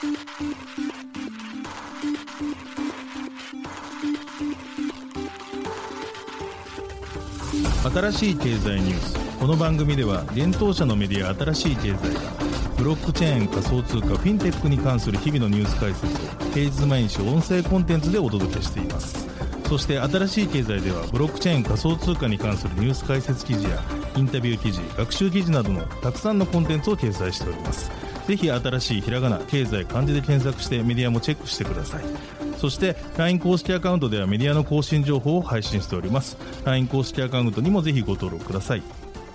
新しい経済ニュース。この番組では現当社のメディア新しい経済がブロックチェーン、仮想通貨、フィンテックに関する日々のニュース解説を平日毎日音声コンテンツでお届けしています。そして新しい経済ではブロックチェーン、仮想通貨に関するニュース解説記事やインタビュー記事、学習記事などのたくさんのコンテンツを掲載しております。ぜひ新しいひらがな、経済、漢字で検索してメディアもチェックしてください。そして LINE 公式アカウントではメディアの更新情報を配信しております。 LINE 公式アカウントにもぜひご登録ください。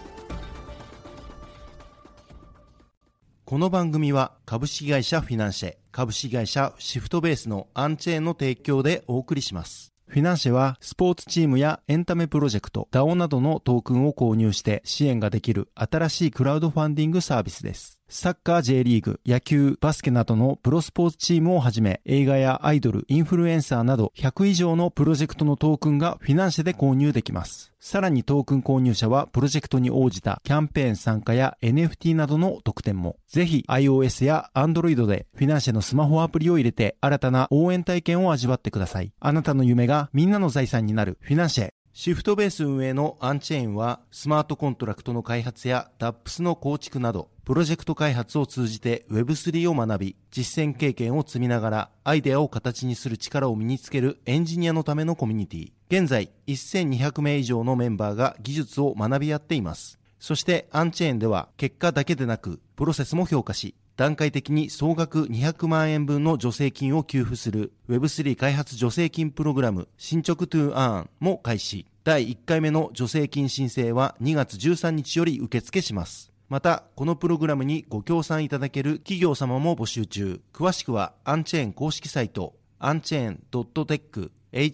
この番組は株式会社フィナンシェ、株式会社シフトベースのアンチェーンの提供でお送りします。フィナンシェはスポーツチームやエンタメプロジェクト、DAO などのトークンを購入して支援ができる新しいクラウドファンディングサービスです。サッカー J リーグ、野球、バスケなどのプロスポーツチームをはじめ、映画やアイドル、インフルエンサーなど100以上のプロジェクトのトークンがフィナンシェで購入できます。さらにトークン購入者はプロジェクトに応じたキャンペーン参加や NFT などの特典も。ぜひ iOS や Android でフィナンシェのスマホアプリを入れて新たな応援体験を味わってください。あなたの夢がみんなの財産になるフィナンシェ。シフトベース運営のアンチェーンはスマートコントラクトの開発や DApps の構築などプロジェクト開発を通じて Web3 を学び、実践経験を積みながらアイデアを形にする力を身につけるエンジニアのためのコミュニティ。現在1200名以上のメンバーが技術を学び合っています。そしてアンチェーンでは結果だけでなくプロセスも評価し、段階的に総額200万円分の助成金を給付する Web3 開発助成金プログラム進捗 to Earn も開始。第1回目の助成金申請は2月13日より受付します。また、このプログラムにご協賛いただける企業様も募集中。詳しくはアンチェーン公式サイト unchain.tech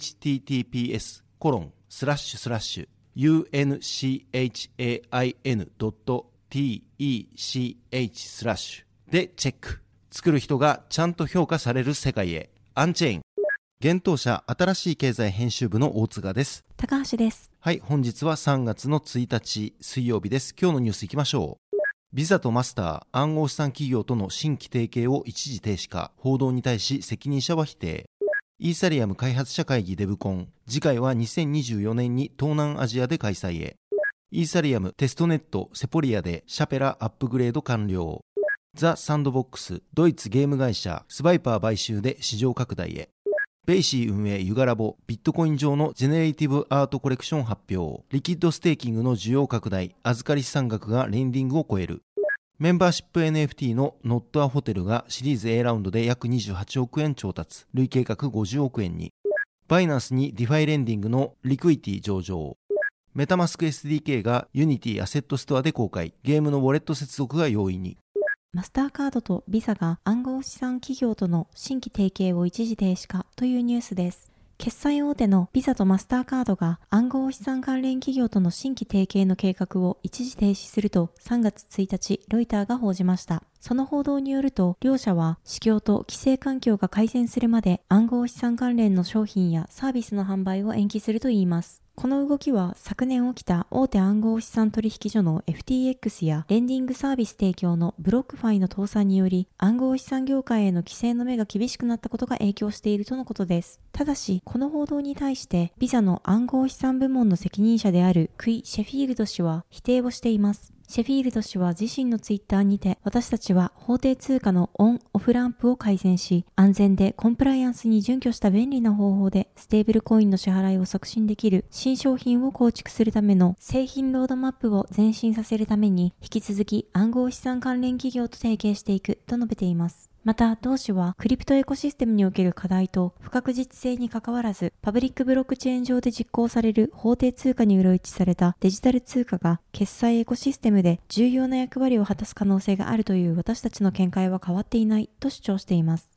https://unchain.tech/ でチェック。作る人がちゃんと評価される世界へ。アンチェーン。現当社新しい経済編集部の大塚です。 高橋です。 はい、本日は3月の1日水曜日です。今日のニュースいきましょう。ビザとマスター、暗号資産企業との新規提携を一時停止か、報道に対し責任者は否定。イーサリアム開発者会議デブコン、次回は2024年に東南アジアで開催へ。イーサリアムテストネットセポリアでシャペラアップグレード完了。ザ・サンドボックス、ドイツゲーム会社スバイパー買収で市場拡大へ。ベイシー運営ユガラボ、ビットコイン上のジェネレーティブアートコレクション発表。リキッドステーキングの需要拡大、預かり資産額がレンディングを超える。メンバーシップ NFT のノットアホテルがシリーズ A ラウンドで約28億円調達、累計額50億円に。バイナンスにディファイレンディングのリクイティ上場。メタマスク SDK がユニティアセットストアで公開、ゲームのウォレット接続が容易に。 マスターカードとビザが暗号資産企業との新規提携を一時停止かというニュースです。決済大手のビザとマスターカードが暗号資産関連企業との新規提携の計画を一時停止すると3月1日ロイターが報じました。その報道によると、両社は市況と規制環境が改善するまで暗号資産関連の商品やサービスの販売を延期するといいます。この動きは昨年起きた大手暗号資産取引所の FTX やレンディングサービス提供のブロックファイの倒産により暗号資産業界への規制の目が厳しくなったことが影響しているとのことです。ただし、この報道に対してビザの暗号資産部門の責任者であるクイ・シェフィールド氏は否定をしています。シェフィールド氏は自身のツイッターにて、私たちは法定通貨のオン・オフランプを改善し、安全でコンプライアンスに準拠した便利な方法でステーブルコインの支払いを促進できる新商品を構築するための製品ロードマップを前進させるために、引き続き暗号資産関連企業と提携していくと述べています。また、同氏はクリプトエコシステムにおける課題と不確実性にかかわらず、パブリックブロックチェーン上で実行される法定通貨にうろ一致されたデジタル通貨が決済エコシステムで重要な役割を果たす可能性があるという私たちの見解は変わっていないと主張しています。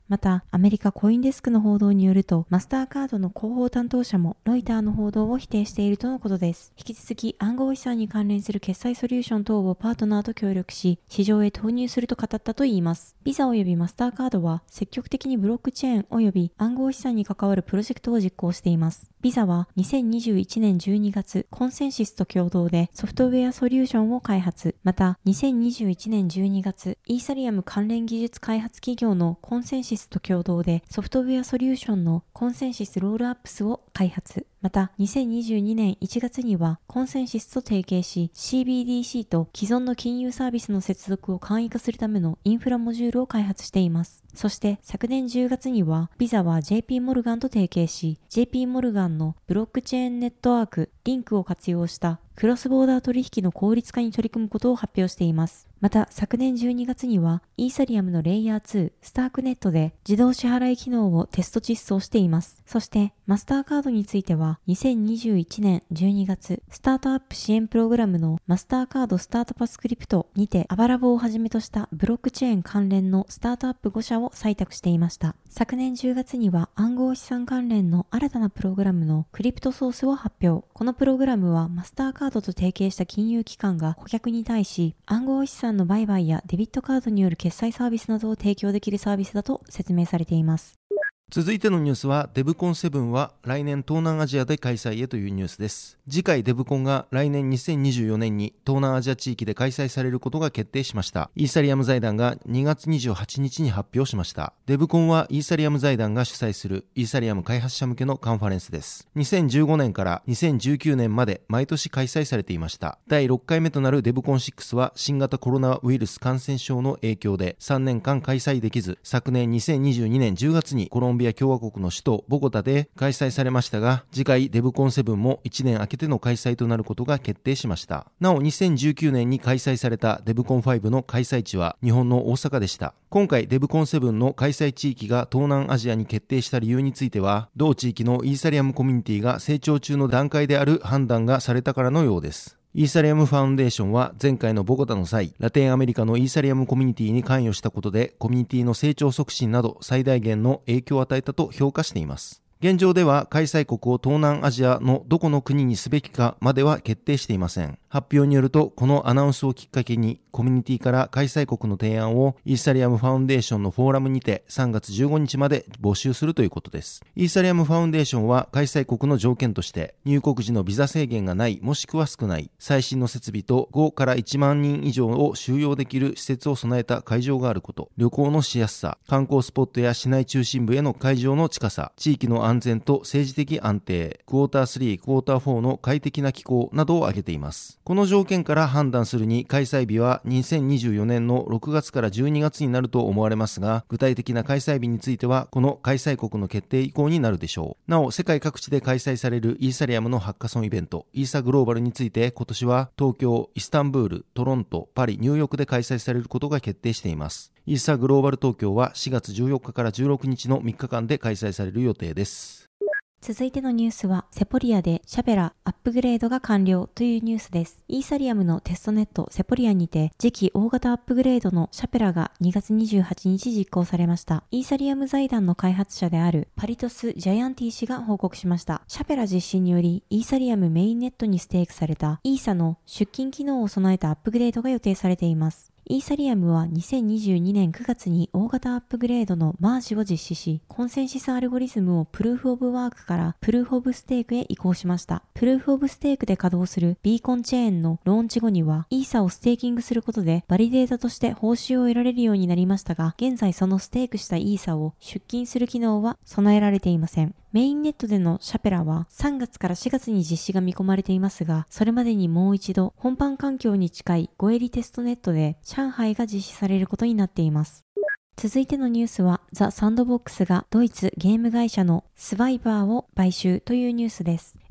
また、アメリカコインデスクの報道によると、マスターカードの広報担当者もロイターの報道を否定しているとのことです。引き続き暗号資産に関連する決済ソリューション等をパートナーと協力し、市場へ投入すると語ったといいます。ビザおよびマスターカードは積極的にブロックチェーンおよび暗号資産に関わるプロジェクトを実行しています。ビザは2021年12月、コンセンシスと共同でソフトウェアソリューションを開発。また、2021年12月、イーサリアム関連技術開発企業のコンセンシスと共同でソフトウェアソリューションのコンセンシスロールアップスを開発。また、2022年1月にはコンセンシスと提携し、CBDC と既存の金融サービスの接続を簡易化するためのインフラモジュールを開発しています。そして昨年10月にはビザは JP モルガンと提携し、JP モルガンのブロックチェーンネットワークリンクを活用したクロスボーダー取引の効率化に取り組むことを発表しています。また昨年12月にはイーサリアムのレイヤー2スタークネットで自動支払い機能をテスト実装しています。そしてマスターカードについては2021年12月スタートアップ支援プログラムのマスターカードスタートパスクリプトにてアバラボをはじめとしたブロックチェーン関連のスタートアップ5社を採択していました。昨年10月には暗号資産関連の新たなプログラムのクリプトソースを発表。このプログラムはマスターカードと提携した金融機関が顧客に対し暗号資産の売買やデビットカードによる決済サービスなどを提供できるサービスだと説明されています。 続いてのニュースは、デブコン7は来年東南アジアで開催へというニュースです。次回デブコンが来年2024年に東南アジア地域で開催されることが決定しました。イーサリアム財団が2月28日に発表しました。デブコンはイーサリアム財団が主催するイーサリアム開発者向けのカンファレンスです。2015年から2019年まで毎年開催されていました。第6回目となるデブコン6は新型コロナウイルス感染症の影響で3年間開催できず、昨年2022年10月にコロンビア共和国の首都ボゴタで開催されましたが、次回デブコン7も1年空けての開催となることが決定しました。なお2019年に開催されたデブコン5の開催地は日本の大阪でした。今回デブコン7の開催地域が東南アジアに決定した理由については、同地域のイーサリアムコミュニティが成長中の段階である判断がされたからのようです。イーサリアムファウンデーションは前回のボゴタの際、ラテンアメリカのイーサリアムコミュニティに関与したことでコミュニティの成長促進など最大限の影響を与えたと評価しています。現状では開催国を東南アジアのどこの国にすべきかまでは決定していません。発表によると、このアナウンスをきっかけにコミュニティから開催国の提案をイーサリアムファウンデーションのフォーラムにて3月15日まで募集するということです。イーサリアムファウンデーションは開催国の条件として入国時のビザ制限がないもしくは少ない最新の設備と5から1万人以上を収容できる施設を備えた会場があること、旅行のしやすさ、観光スポットや市内中心部への会場の近さ、地域の安全と政治的安定、クォーター3、クォーター4の快適な気候などを挙げています。この条件から判断するに開催日は2024年の6月から12月になると思われますが、具体的な開催日についてはこの開催国の決定以降になるでしょう。なお、世界各地で開催されるイーサリアムのハッカソンイベント、イーサグローバルについて今年は東京、イスタンブール、トロント、パリ、ニューヨークで開催されることが決定しています。イーサグローバル東京は4月14日から16日の3日間で開催される予定です。 続いてのニュースは、セポリアでシャペラアップグレードが完了というニュースです。イーサリアムのテストネットセポリアにて次期大型アップグレードのシャペラが2月28日実行されました。イーサリアム財団の開発者であるパリトス・ジャヤンティ氏が報告しました。シャペラ実施によりイーサリアムメインネットにステークされたイーサの出金機能を備えたアップグレードが予定されています。イーサリアムは2022年9月に大型アップグレードのマージを実施し、コンセンシスアルゴリズムをプルーフオブワークからプルーフオブステークへ移行しました。プルーフオブステークで稼働するビーコンチェーンのローンチ後には、イーサをステーキングすることでバリデータとして報酬を得られるようになりましたが、現在そのステークしたイーサを出金する機能は備えられていません。メインネットでのシャペラは3月から4月に実施が見込まれていますが、それまでにもう一度本番環境に近い5エリテストネットで上海が実施されることになっています。続いてのニュースは、ザ・サンドボックスがドイツゲーム会社のスバイバーを買収というニュースです。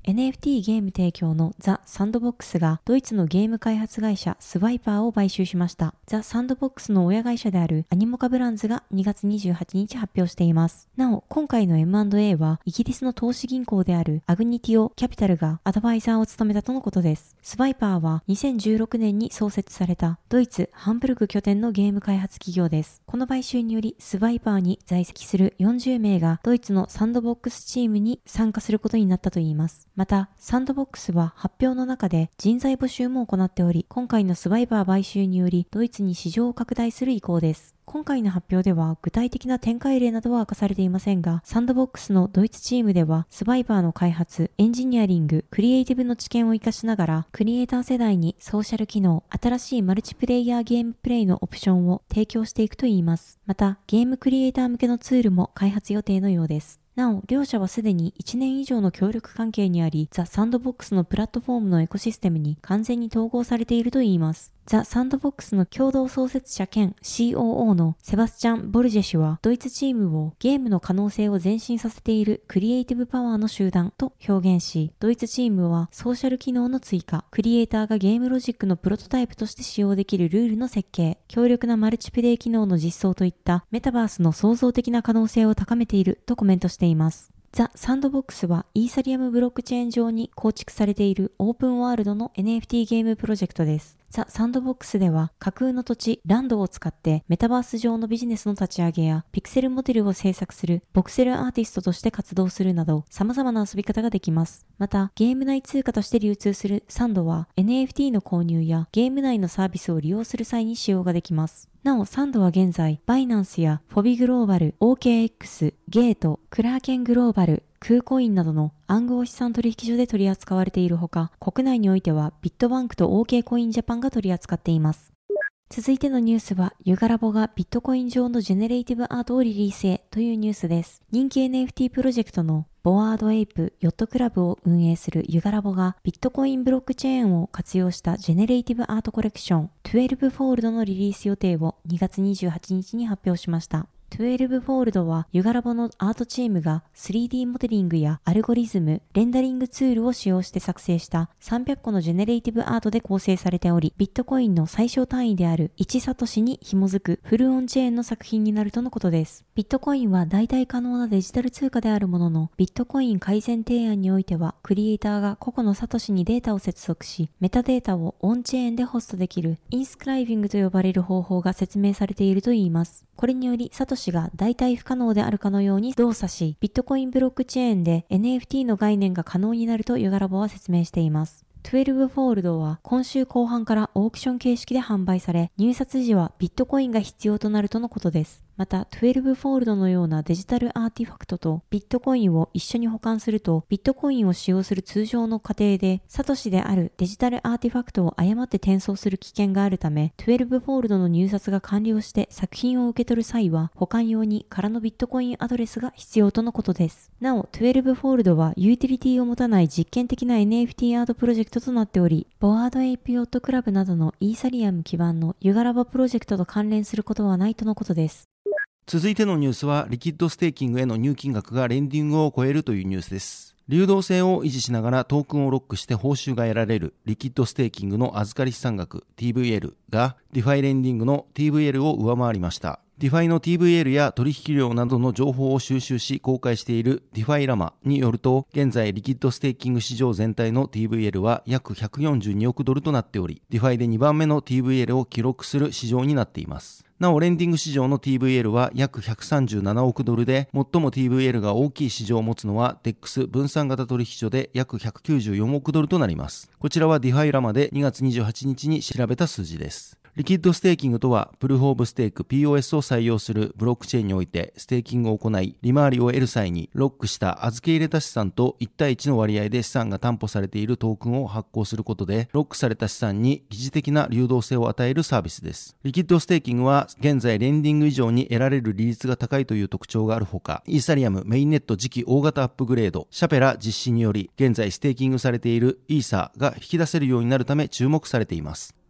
NFT ゲーム提供のザ・サンドボックスがドイツのゲーム開発会社スワイパーを買収しました。ザ・サンドボックスの親会社であるアニモカブランズが2月28日発表しています。なお、今回の M&A はイギリスの投資銀行であるアグニティオ・キャピタルがアドバイザーを務めたとのことです。スワイパーは2016年に創設されたドイツ・ハンブルク拠点のゲーム開発企業です。この買収によりスワイパーに在籍する40名がドイツのサンドボックスチームに参加することになったといいます。また、サンドボックスは発表の中で人材募集も行っており、今回のスワイパー買収によりドイツに市場を拡大する意向です。今回の発表では具体的な展開例などは明かされていませんが、サンドボックスのドイツチームではスワイパーの開発、エンジニアリング、クリエイティブの知見を活かしながら、クリエイター世代にソーシャル機能、新しいマルチプレイヤーゲームプレイのオプションを提供していくといいます。また、ゲームクリエイター向けのツールも開発予定のようです。なお、両社はすでに1年以上の協力関係にあり、ザ・サンドボックスのプラットフォームのエコシステムに完全に統合されているといいます。ザ・サンドボックスの共同創設者兼 COO のセバスチャン・ボルジェ氏は、ドイツチームをゲームの可能性を前進させているクリエイティブパワーの集団と表現し、ドイツチームはソーシャル機能の追加、クリエイターがゲームロジックのプロトタイプとして使用できるルールの設計、強力なマルチプレイ機能の実装といったメタバースの創造的な可能性を高めているとコメントしています。ザ・サンドボックスはイーサリアムブロックチェーン上に構築されているオープンワールドの NFT ゲームプロジェクトです。ザ・サンドボックスでは架空の土地、ランドを使ってメタバース上のビジネスの立ち上げやピクセルモデルを制作するボクセルアーティストとして活動するなど様々な遊び方ができます。また、ゲーム内通貨として流通するサンドは NFT の購入やゲーム内のサービスを利用する際に使用ができます。なお、サンドは現在、バイナンスやフォビグローバル、OKX、ゲート、クラーケングローバル、クーコインなどの暗号資産取引所で取り扱われているほか、国内においてはビットバンクと OK コインジャパンが取り扱っています。続いてのニュースは、ユガラボがビットコイン上のジェネレイティブアートをリリースへというニュースです。人気 NFT プロジェクトのボワードエイプヨットクラブを運営するユガラボがビットコインブロックチェーンを活用したジェネレイティブアートコレクション12フォールドのリリース予定を2月28日に発表しました。12フォールドはユガラボのアートチームが 3D モデリングやアルゴリズム、レンダリングツールを使用して作成した300個のジェネレイティブアートで構成されており、ビットコインの最小単位である1サトシに紐づくフルオンチェーンの作品になるとのことです。ビットコインは代替可能なデジタル通貨であるものの、ビットコイン改善提案においては、クリエイターが個々のサトシにデータを接続し、メタデータをオンチェーンでホストできるインスクライビングと呼ばれる方法が説明されているといいます。これにより、サトシが代替不可能であるかのように動作し、ビットコインブロックチェーンで NFT の概念が可能になるとユガラボは説明しています。12フォールドは今週後半からオークション形式で販売され、入札時はビットコインが必要となるとのことです。また、12フォールドのようなデジタルアーティファクトとビットコインを一緒に保管すると、ビットコインを使用する通常の過程で、サトシであるデジタルアーティファクトを誤って転送する危険があるため、12フォールドの入札が完了して作品を受け取る際は、保管用に空のビットコインアドレスが必要とのことです。なお、12フォールドはユーティリティを持たない実験的な NFT アートプロジェクトとなっており、ボワードエイプヨットクラブなどのイーサリアム基盤のユガラボプロジェクトと関連することはないとのことです。 続いてのニュースは、リキッドステーキングへの入金額がレンディングを超えるというニュースです。流動性を維持しながらトークンをロックして報酬が得られるリキッドステーキングの預かり資産額 TVL がディファイレンディングの TVL を上回りました。ディファイの TVL や取引量などの情報を収集し公開しているディファイラマによると、現在リキッドステーキング市場全体の TVL は約142億ドルとなっており、ディファイで2番目の TVL を記録する市場になっています。なお、レンディング市場の TVL は約137億ドルで、最も TVL が大きい市場を持つのは DEX 分散型取引所で約194億ドルとなります。こちらはディファイラマで2月28日に調べた数字です。リキッドステーキングとは、プルーフオブステーク POS を採用するブロックチェーンにおいてステーキングを行い、利回りを得る際にロックした預け入れた資産と1対1の割合で資産が担保されているトークンを発行することで、ロックされた資産に疑似的な流動性を与えるサービスです。リキッドステーキングは現在レンディング以上に得られる利率が高いという特徴があるほか、イーサリアムメインネット次期大型アップグレード、シャペラ実施により、現在ステーキングされているイーサが引き出せるようになるため注目されています。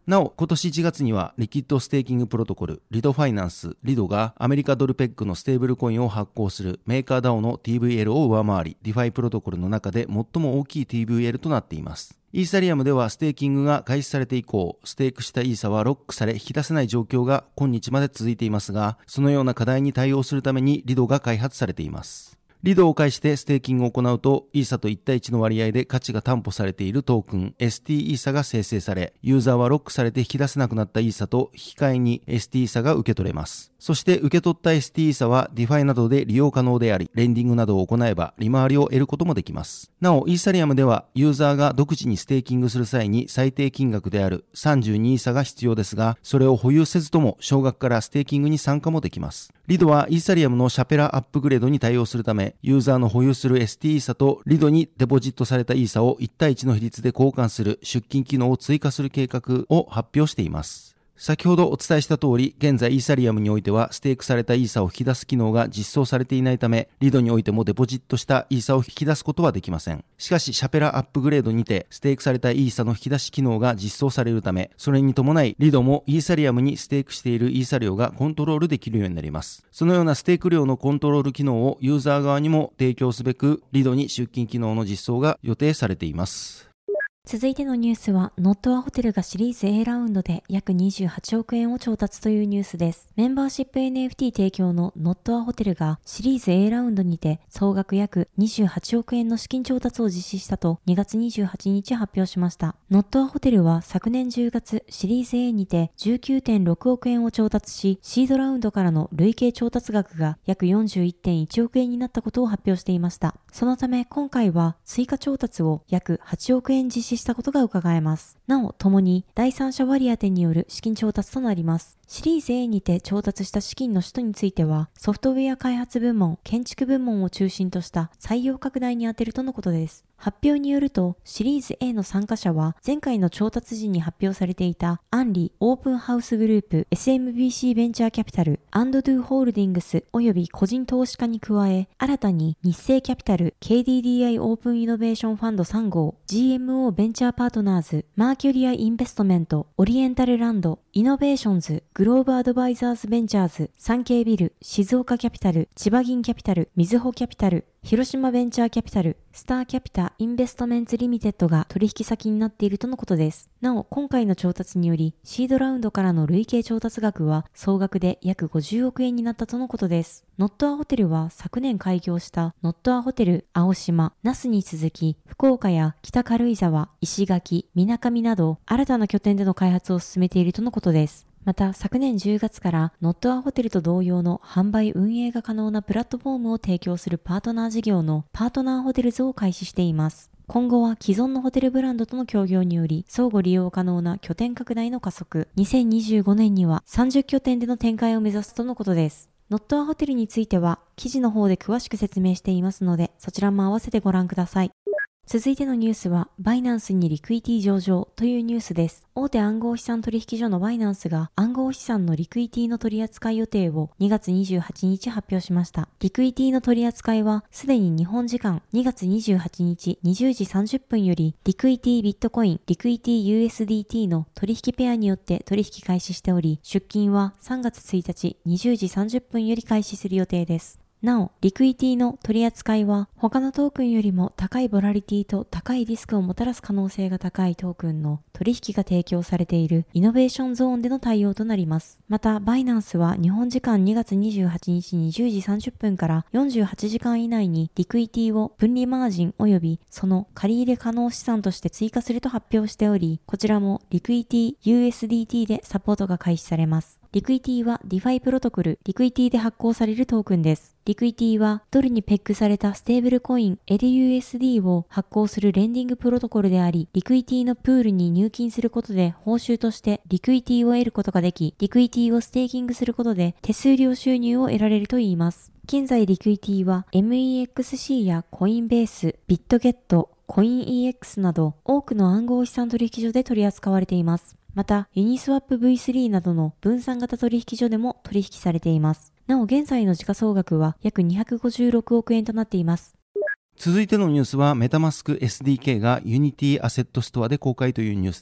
なお、今年1月にはリキッドステーキングプロトコル、リドファイナンス、リドがアメリカドルペックのステーブルコインを発行するメーカー DAO の TVL を上回り、ディファイプロトコルの中で最も大きい TVL となっています。イーサリアムではステーキングが開始されて以降、ステークしたイーサはロックされ引き出せない状況が今日まで続いていますが、そのような課題に対応するためにリドが開発されています。リドを介してステーキングを行うと、イーサと1対1の割合で価値が担保されているトークン ST イーサが生成され、ユーザーはロックされて引き出せなくなったイーサと引き換えに ST イーサが受け取れます。そして受け取った ST イーサは DeFi などで利用可能であり、レンディングなどを行えば利回りを得ることもできます。なお、イーサリアムではユーザーが独自にステーキングする際に最低金額である32イーサが必要ですが、それを保有せずとも少額からステーキングに参加もできます。リドはイーサリアムのシャペラアップグレードに対応するため、ユーザーの保有する ST イーサとリドにデポジットされたイーサを1対1の比率で交換する出金機能を追加する計画を発表しています。先ほどお伝えした通り、現在イーサリアムにおいてはステークされたイーサを引き出す機能が実装されていないため、リドにおいてもデポジットしたイーサを引き出すことはできません。しかし、シャペラアップグレードにてステークされたイーサの引き出し機能が実装されるため、それに伴いリドもイーサリアムにステークしているイーサ量がコントロールできるようになります。そのようなステーク量のコントロール機能をユーザー側にも提供すべく、リドに出金機能の実装が予定されています。 続いてのニュースは、ノットアホテルがシリーズ A ラウンドで約28億円を調達というニュースです。メンバーシップ NFT 提供のノットアホテルがシリーズ A ラウンドにて総額約28億円の資金調達を実施したと2月28日発表しました。ノットアホテルは昨年10月シリーズ A にて 19.6 億円を調達し、シードラウンドからの累計調達額が約 41.1 億円になったことを発表していました。そのため今回は追加調達を約8億円実施したことが伺えます。なお、共に第三者割当による資金調達となります。シリーズ A にて調達した資金の使途については、ソフトウェア開発部門、建築部門を中心とした採用拡大に充てるとのことです。発表によると、シリーズ A の参加者は、前回の調達時に発表されていたアンリオープンハウスグループ、SMBC ベンチャーキャピタル、アンドドゥホールディングス及び個人投資家に加え、新たに日清キャピタル、KDDI オープンイノベーションファンド3号、GMO ベンチャーパートナーズ、マーキュリアインベストメント、オリエンタルランド、イノベーションズ、グローブアドバイザーズベンチャーズ、産経ビル、静岡キャピタル、千葉銀キャピタル、みずほキャピタル、広島ベンチャーキャピタル、スターキャピタインベストメンツリミテッドが取引先になっているとのことです。なお、今回の調達により、シードラウンドからの累計調達額は総額で約50億円になったとのことです。ノットアホテルは昨年開業したノットアホテル青島、那須に続き、福岡や北軽井沢、石垣、みなかみなど新たな拠点での開発を進めているとのことです。また昨年10月からノットアホテルと同様の販売運営が可能なプラットフォームを提供するパートナー事業のパートナーホテルズを開始しています。今後は既存のホテルブランドとの協業により相互利用可能な拠点拡大の加速、2025年には30拠点での展開を目指すとのことです。ノットアホテルについては記事の方で詳しく説明していますので、そちらも合わせてご覧ください。続いてのニュースは、バイナンスにリクイティ上場というニュースです。大手暗号資産取引所のバイナンスが暗号資産のリクイティの取り扱い予定を2月28日発表しました。リクイティの取り扱いは、すでに日本時間2月28日20時30分より、リクイティビットコイン、リクイティ USDT の取引ペアによって取引開始しており、出金は3月1日20時30分より開始する予定です。なお、リクイティの取り扱いは他のトークンよりも高いボラリティと高いリスクをもたらす可能性が高いトークンの取引が提供されているイノベーションゾーンでの対応となります。また、バイナンスは日本時間2月28日20時30分から48時間以内にリクイティを分離マージン及びその借入れ可能資産として追加すると発表しており、こちらもリクイティ USDT でサポートが開始されます。リクイティは DeFi プロトコル、リクイティで発行されるトークンです。リクイティはドルにペッグされたステーブルコイン LUSD を発行するレンディングプロトコルであり、リクイティのプールに入金することで報酬としてリクイティを得ることができ、リクイティをステーキングすることで手数料収入を得られるといいます。現在リクイティは MEXC やコインベース、ビットゲット、コイン EX など多くの暗号資産取引所で取り扱われています。また、ユニスワップ V3 などの分散型取引所でも取引されています。なお、現在の時価総額は約256億円となっています。 続いてのニュースは、メタマスク SDK が Unity アセットストアで公開というニュースです。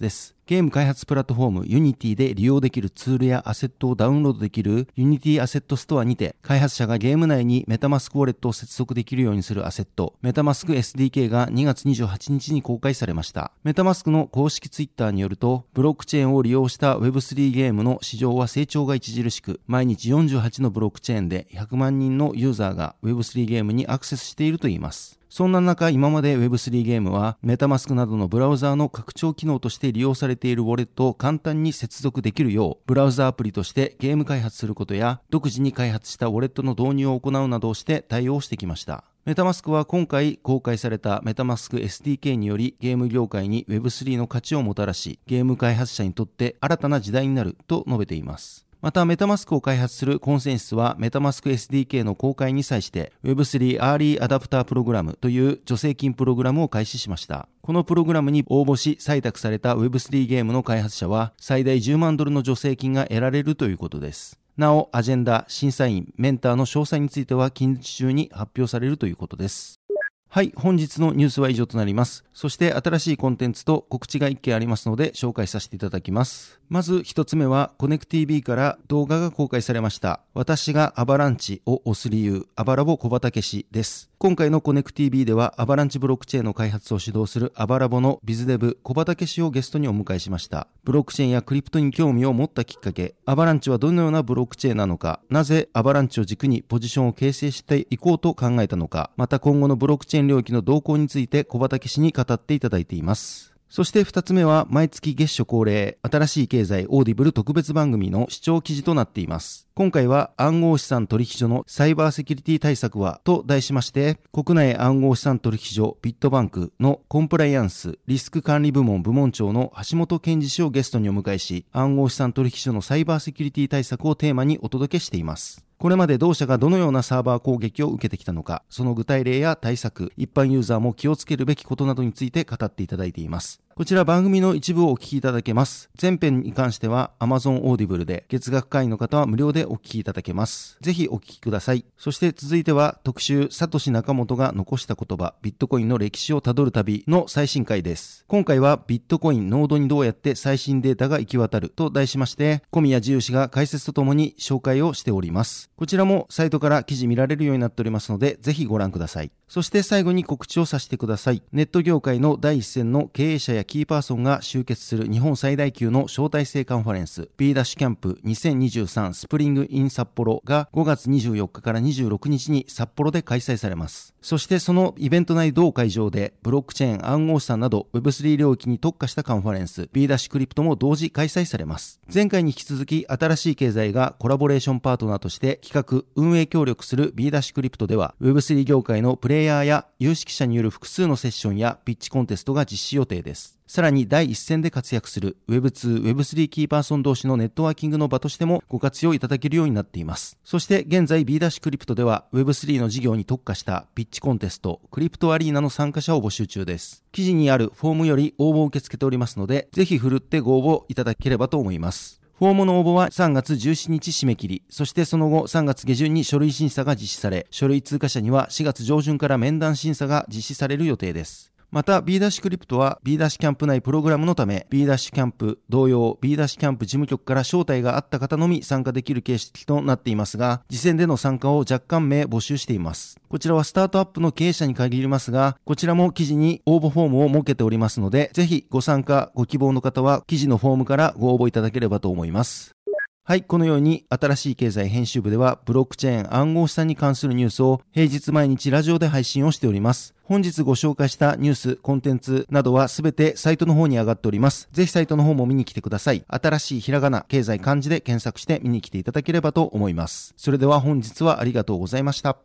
ゲーム開発プラットフォーム Unity で利用できるツールやアセットをダウンロードできる Unity アセットストアにて、開発者がゲーム内にメタマスクウォレットを接続できるようにするアセット、メタマスク SDK が2月28日に公開されました。メタマスクの公式ツイッターによると、ブロックチェーンを利用した Web3 ゲームの市場は成長が著しく、毎日48のブロックチェーンで100万人のユーザーが Web3 ゲームにアクセスしているといいます。そんな中、今まで Web3 ゲームはメタマスクなどのブラウザーの拡張機能として利用されているウォレットを簡単に接続できるよう、ブラウザアプリとしてゲーム開発することや、独自に開発したウォレットの導入を行うなどをして対応してきました。メタマスクは今回公開されたメタマスク SDK によりゲーム業界に Web3 の価値をもたらし、ゲーム開発者にとって新たな時代になると述べています。また、メタマスクを開発するコンセンサスは、メタマスク SDK の公開に際して、Web3 アーリーアダプタープログラムという助成金プログラムを開始しました。このプログラムに応募し採択された Web3 ゲームの開発者は、最大10万ドルの助成金が得られるということです。なお、アジェンダ、審査員、メンターの詳細については近日中に発表されるということです。はい、本日のニュースは以上となります。そして新しいコンテンツと告知が1件ありますので紹介させていただきます。まず一つ目はコネク TV から動画が公開されました。私がアバランチを推す理由、アバラボ小畑氏です。今回のコネク TV ではアバランチブロックチェーンの開発を指導するアバラボのビズデブ小畑氏をゲストにお迎えしました。ブロックチェーンやクリプトに興味を持ったきっかけ、アバランチはどのようなブロックチェーンなのか、なぜアバランチを軸にポジションを形成していこうと考えたのか、また今後のブロックチェーン領域の動向について小畑氏に語っていただいています。そして二つ目は毎月月初恒例新しい経済オーディブル特別番組の視聴記事となっています。今回は暗号資産取引所のサイバーセキュリティ対策はと題しまして、国内暗号資産取引所ビットバンクのコンプライアンスリスク管理部門部門長の橋本健二氏をゲストにお迎えし、暗号資産取引所のサイバーセキュリティ対策をテーマにお届けしています。これまで同社がどのようなサーバー攻撃を受けてきたのか、その具体例や対策、一般ユーザーも気をつけるべきことなどについて語っていただいています。こちら番組の一部をお聞きいただけます。前編に関しては Amazon Audible で月額会員の方は無料でお聞きいただけます。ぜひお聞きください。そして続いては特集サトシナカモトが残した言葉、ビットコインの歴史をたどる旅の最新回です。今回はビットコインノードにどうやって最新データが行き渡ると題しまして、小宮自由氏が解説とともに紹介をしております。こちらもサイトから記事見られるようになっておりますので、ぜひご覧ください。そして最後に告知をさせてください。ネット業界の第一線の経営者やキーパーソンが集結する日本最大級の招待制カンファレンス B ダッシュキャンプ2023スプリングイン札幌が5月24日から26日に札幌で開催されます。そしてそのイベント内同会場でブロックチェーン暗号資産など Web3 領域に特化したカンファレンス B ダッシュクリプトも同時開催されます。前回に引き続き新しい経済がコラボレーションパートナーとして企画運営協力する B ダッシュクリプトでは Web3 業界のプレイヤーや有識者による複数のセッションやピッチコンテストが実施予定です。さらに第一線で活躍する Web2、Web3 キーパーソン同士のネットワーキングの場としてもご活用いただけるようになっています。そして現在 B ダッシュクリプトでは Web3 の事業に特化したピッチコンテスト、クリプトアリーナの参加者を募集中です。記事にあるフォームより応募を受け付けておりますので、ぜひふるってご応募いただければと思います。フォームの応募は3月17日締め切り、そしてその後3月下旬に書類審査が実施され、書類通過者には4月上旬から面談審査が実施される予定です。また B ダッシュクリプトは B ダッシュキャンプ内プログラムのため B ダッシュキャンプ同様 B ダッシュキャンプ事務局から招待があった方のみ参加できる形式となっていますが、次戦での参加を若干名募集しています。こちらはスタートアップの経営者に限りますが、こちらも記事に応募フォームを設けておりますので、ぜひご参加ご希望の方は記事のフォームからご応募いただければと思います。はい、このように新しい経済編集部ではブロックチェーン暗号資産に関するニュースを平日毎日ラジオで配信をしております。本日ご紹介したニュース、コンテンツなどはすべてサイトの方に上がっております。ぜひサイトの方も見に来てください。新しいひらがな、経済漢字で検索して見に来ていただければと思います。それでは本日はありがとうございました。